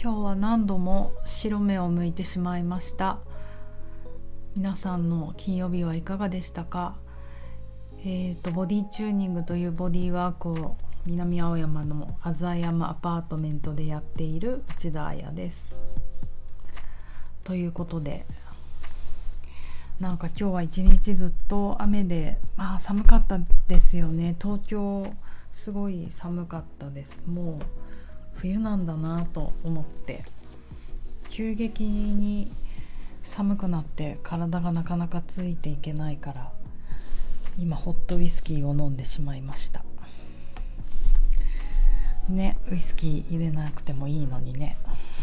今日は何度も白目を向いてしまいました。皆さんの金曜日はいかがでしたか？ボディチューニングというボディワークを南青山のあざ山アパートメントでやっている内田彩です。ということで、なんか今日は一日ずっと雨で、寒かったですよね。東京すごい寒かったです。もう冬なんだなと思って、急激に寒くなって体がなかなかついていけないから、今ホットウイスキーを飲んでしまいましたね。ウイスキー入れなくてもいいのにね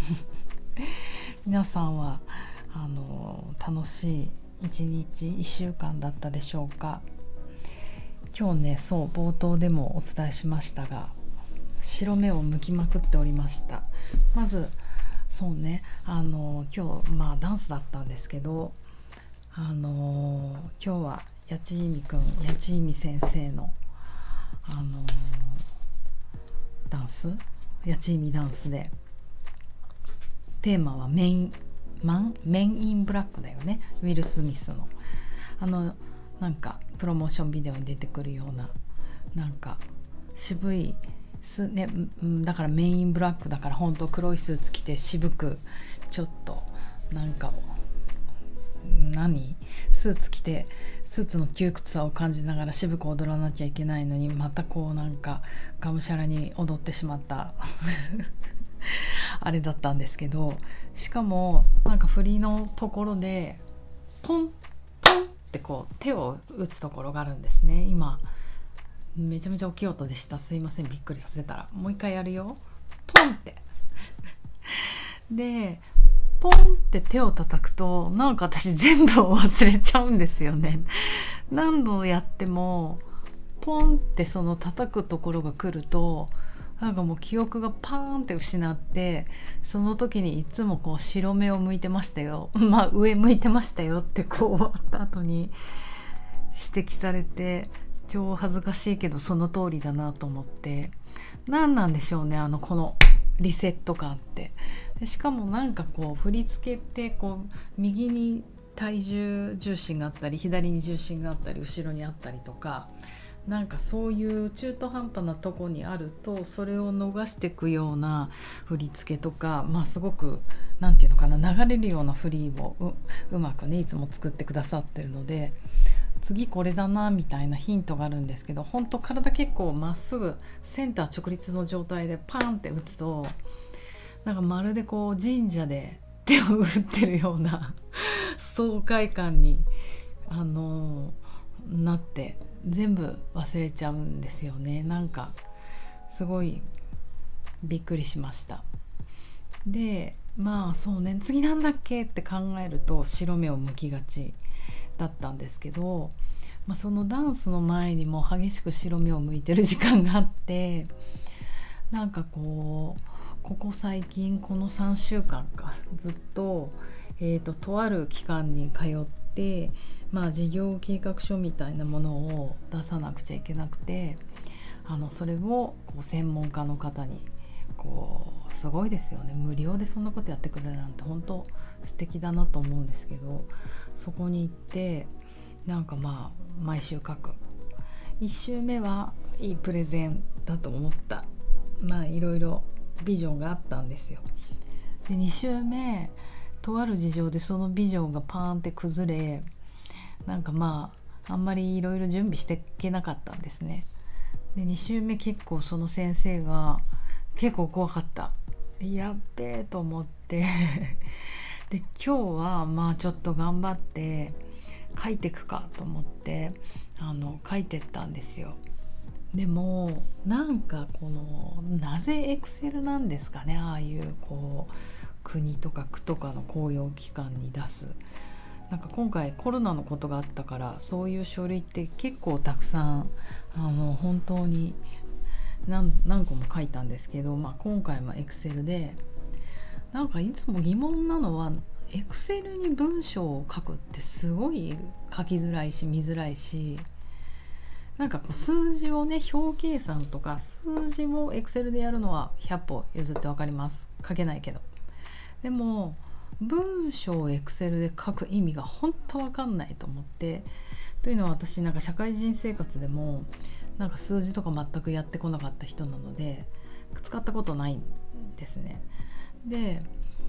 皆さんは楽しい一日1週間だったでしょうか？今日ね、冒頭でもお伝えしましたが、白目を向きまくっておりました。まず今日ダンスだったんですけど、今日は八千海先生のダンス、八千海ダンスで、テーマはメンインブラックだよね。ウィル・スミスのなんかプロモーションビデオに出てくるような、なんか渋いだからメインブラックだから、本当黒いスーツ着て渋く、ちょっとなんかスーツ着て、スーツの窮屈さを感じながら渋く踊らなきゃいけないのに、またなんかがむしゃらに踊ってしまったあれだったんですけど、しかもなんか振りのところでポンポンって手を打つところがあるんですね。今めちゃめちゃ大きい音でした。すいません、びっくりさせたら。もう一回やるよ。ポンってでポンって手を叩くと、なんか私全部を忘れちゃうんですよね。何度やってもポンってその叩くところが来ると、なんかもう記憶がパーンって失って、その時にいつも白目を向いてましたよ、上向いてましたよって終わった後に指摘されて、超恥ずかしいけどその通りだなと思って、何なんでしょうね、このリセット感って。でしかもなんか振り付けって右に体重重心があったり、左に重心があったり、後ろにあったりとか、なんかそういう中途半端なとこにあると、それを逃していくような振り付けとか、すごくなんていうのかな、流れるような振りを うまくね、いつも作ってくださってるので、次これだなみたいなヒントがあるんですけど、本当体結構まっすぐセンター直立の状態でパーンって打つと、なんかまるで神社で手を打ってるような爽快感になって、全部忘れちゃうんですよね。なんかすごいびっくりしました。で次なんだっけって考えると白目を向きがちだったんですけど、そのダンスの前にも激しく白目を向いてる時間があって、なんかここ最近この3週間かずっと、とある機関に通って、事業計画書みたいなものを出さなくちゃいけなくて、それを専門家の方にすごいですよね、無料でそんなことやってくれるなんて本当素敵だなと思うんですけど、そこに行って、なんか毎週書く。1週目はいいプレゼンだと思った。いろいろビジョンがあったんですよ。で2週目、とある事情でそのビジョンがパーンって崩れ、なんかあんまりいろいろ準備していけなかったんですね。で2週目結構その先生が結構怖かった。やっべえと思ってで今日はちょっと頑張って書いてくかと思って書いてったんですよ。でもなんかなぜエクセルなんですかね、ああいう国とか区とかの公用機関に出す。なんか今回コロナのことがあったから、そういう書類って結構たくさん本当に何個も書いたんですけど、今回もエクセルで、なんかいつも疑問なのは、エクセルに文章を書くってすごい書きづらいし見づらいし、なんか数字をね、表計算とか数字を Excel でやるのは100歩譲って分かります。書けないけどでも文章を Excel で書く意味が本当わかんないと思って、というのは私なんか社会人生活でもなんか数字とか全くやってこなかった人なので使ったことないんですね。で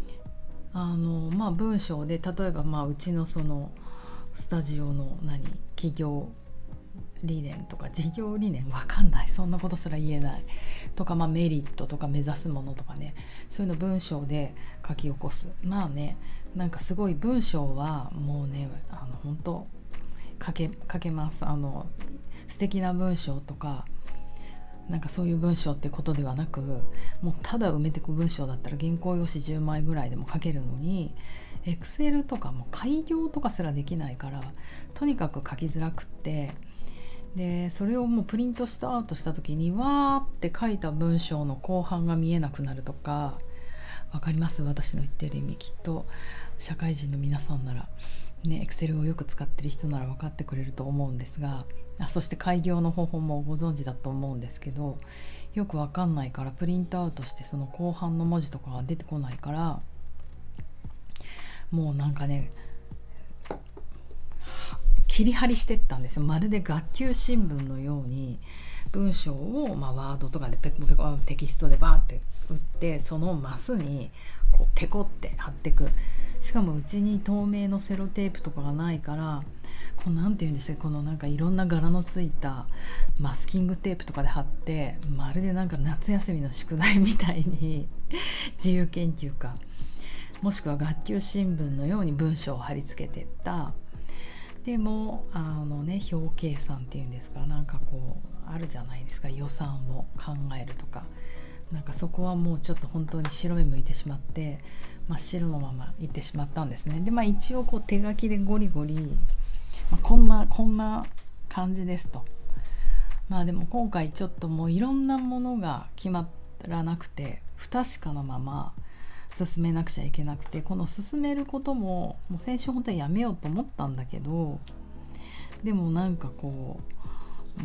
文章で例えばうちのそのスタジオの企業理念とか事業理念わかんない、そんなことすら言えないとか、メリットとか目指すものとかね、そういうの文章で書き起こす。なんかすごい文章はもうね本当書けます。素敵な文章とかなんかそういう文章ってことではなく、もうただ埋めてく文章だったら原稿用紙10枚ぐらいでも書けるのに、Excel とかも改行とかすらできないからとにかく書きづらくって、でそれをもうプリントアウトした時にわーって書いた文章の後半が見えなくなるとか、わかります？私の言ってる意味。きっと社会人の皆さんならね、Excel をよく使ってる人なら分かってくれると思うんですが、そして改行の方法もご存知だと思うんですけど、よく分かんないからプリントアウトしてその後半の文字とかが出てこないから、もうなんかね切り張りしてったんですよ。まるで学級新聞のように文章をワードとかでペコペコテキストでバーって打って、そのマスにこうペコって貼ってく。しかもうちに透明のセロテープとかがないから、なんていうんですか、このなんかいろんな柄のついたマスキングテープとかで貼って、まるでなんか夏休みの宿題みたいに自由研究かもしくは学級新聞のように文章を貼り付けてった。でも表計算っていうんですか、なんかこうあるじゃないですか、予算を考えるとか、なんかそこはもうちょっと本当に白目向いてしまって真っ白のまま行ってしまったんですね。で一応こう手書きでゴリゴリ、こんな感じですと。でも今回ちょっともういろんなものが決まらなくて不確かなまま進めなくちゃいけなくて、この進めることもう先週本当にやめようと思ったんだけど、でもなんかこう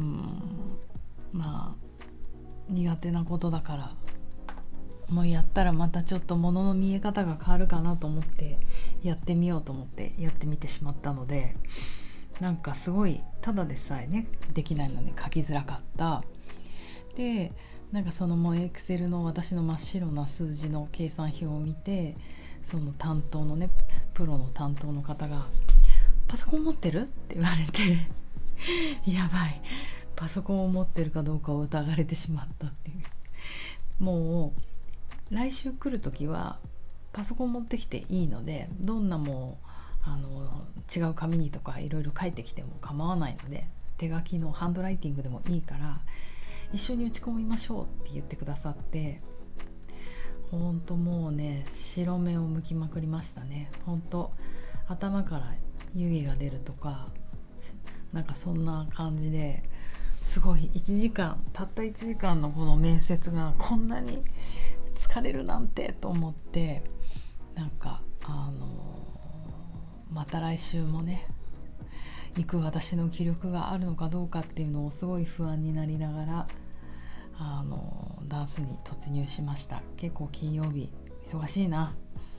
苦手なことだからもうやったらまたちょっと物の見え方が変わるかなと思ってやってみようと思ってやってみてしまったので、なんかすごいただでさえねできないのに書きづらかった。でなんかそのもう Excel の私の真っ白な数字の計算表を見て、その担当のねプロの担当の方がパソコン持ってるって言われてやばい、パソコンを持ってるかどうかを疑われてしまったっていう。もう来週来る時はパソコン持ってきていいので、どんなもう違う紙にとかいろいろ書いてきても構わないので、手書きのハンドライティングでもいいから一緒に打ち込みましょうって言ってくださって、ほんともうね白目を向きまくりましたね。ほんと頭から湯気が出るとかなんかそんな感じで、すごいたった1時間のこの面接がこんなに疲れるなんてと思って、なんかまた来週もね行く私の気力があるのかどうかっていうのをすごい不安になりながらダンスに突入しました。結構金曜日忙しいな。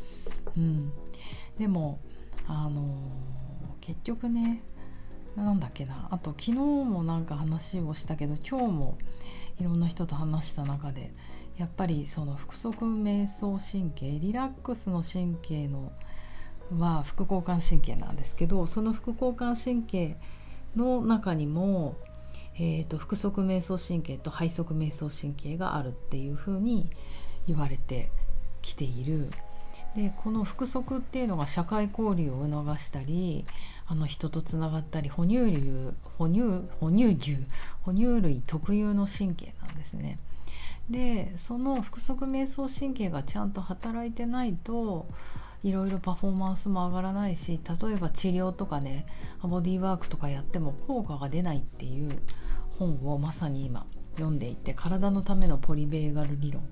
でも結局ね、なんだっけな、あと昨日もなんか話をしたけど、今日もいろんな人と話した中でやっぱりその腹側瞑想神経、リラックスの神経のは副交感神経なんですけど、その副交感神経の中にも、腹側瞑想神経と背側瞑想神経があるっていう風に言われてきている。でこの腹側っていうのが社会交流を促したり、人とつながったり、哺乳類特有の神経なんですね。でその腹側瞑想神経がちゃんと働いてないといろいろパフォーマンスも上がらないし、例えば治療とかねボディーワークとかやっても効果が出ないっていう本をまさに今読んでいて、体のためのポリベーガル理論、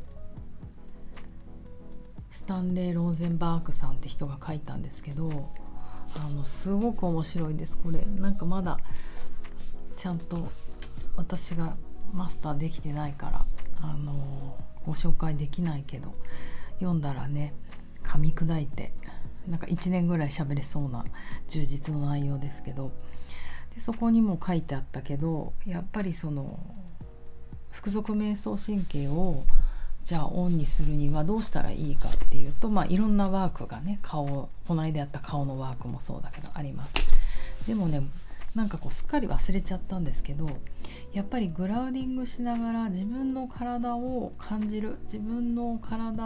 スタンレー・ローゼンバーグさんって人が書いたんですけど、すごく面白いです。これなんかまだちゃんと私がマスターできてないからご紹介できないけど、読んだらね噛み砕いてなんか1年ぐらい喋れそうな充実の内容ですけど、でそこにも書いてあったけど、やっぱりその腹側瞑想神経をじゃあオンにするにはどうしたらいいかっていうと、いろんなワークがね、この間やった顔のワークもそうだけどあります。でもね、なんかすっかり忘れちゃったんですけど、やっぱりグラウディングしながら自分の体を感じる、自分の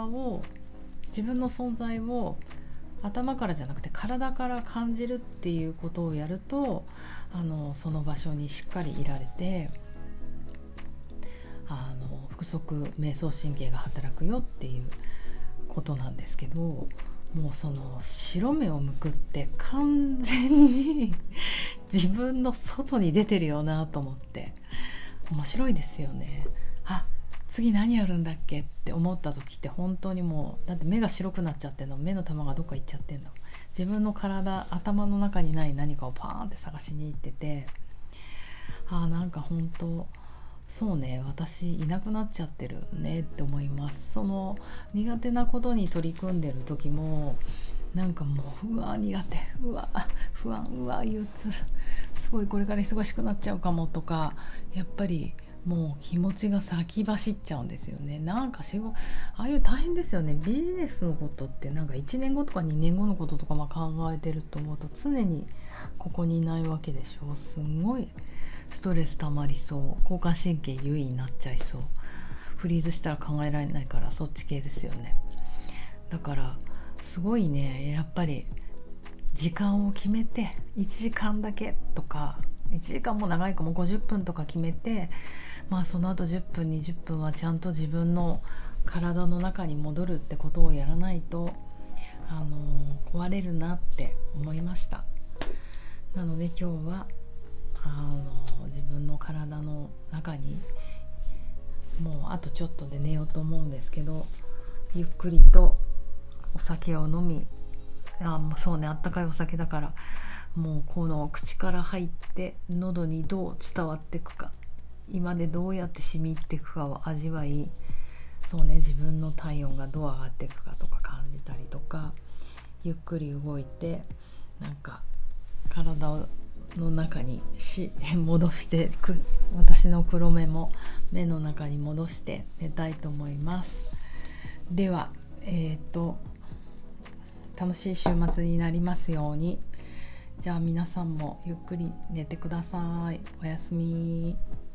存在を頭からじゃなくて体から感じるっていうことをやると、その場所にしっかりいられて、腹側瞑想神経が働くよっていうことなんですけど、もうその白目をむくって完全に自分の外に出てるよなと思って、面白いですよね。次何やるんだっけって思った時って本当にもう、だって目が白くなっちゃってんの、目の玉がどっか行っちゃってんの、自分の体、頭の中にない何かをパーンって探しに行ってて、なんか本当そうね、私いなくなっちゃってるねって思います。その苦手なことに取り組んでる時もなんかもう苦手、不安、憂鬱、すごいこれから忙しくなっちゃうかもとか、やっぱりもう気持ちが先走っちゃうんですよね。なんかああいう大変ですよね。ビジネスのことってなんか1年後とか2年後のこととか考えてると思うと、常にここにいないわけでしょ。すごいストレス溜まりそう、交感神経優位になっちゃいそう、フリーズしたら考えられないから、そっち系ですよね。だからすごいね、やっぱり時間を決めて1時間だけとか、1時間も長いかも50分とか決めて、その後10分20分はちゃんと自分の体の中に戻るってことをやらないと、壊れるなって思いました。なので今日は自分の体の中に、もうあとちょっとで寝ようと思うんですけど、ゆっくりとお酒を飲み、そうね、あったかいお酒だから、もうこの口から入って喉にどう伝わっていくか、胃までどうやって染み入っていくかを味わい、そうね、自分の体温がどう上がっていくかとか感じたりとか、ゆっくり動いてなんか体の中に戻して私の黒目も目の中に戻して寝たいと思います。では楽しい週末になりますように。じゃあ皆さんもゆっくり寝てください。おやすみ。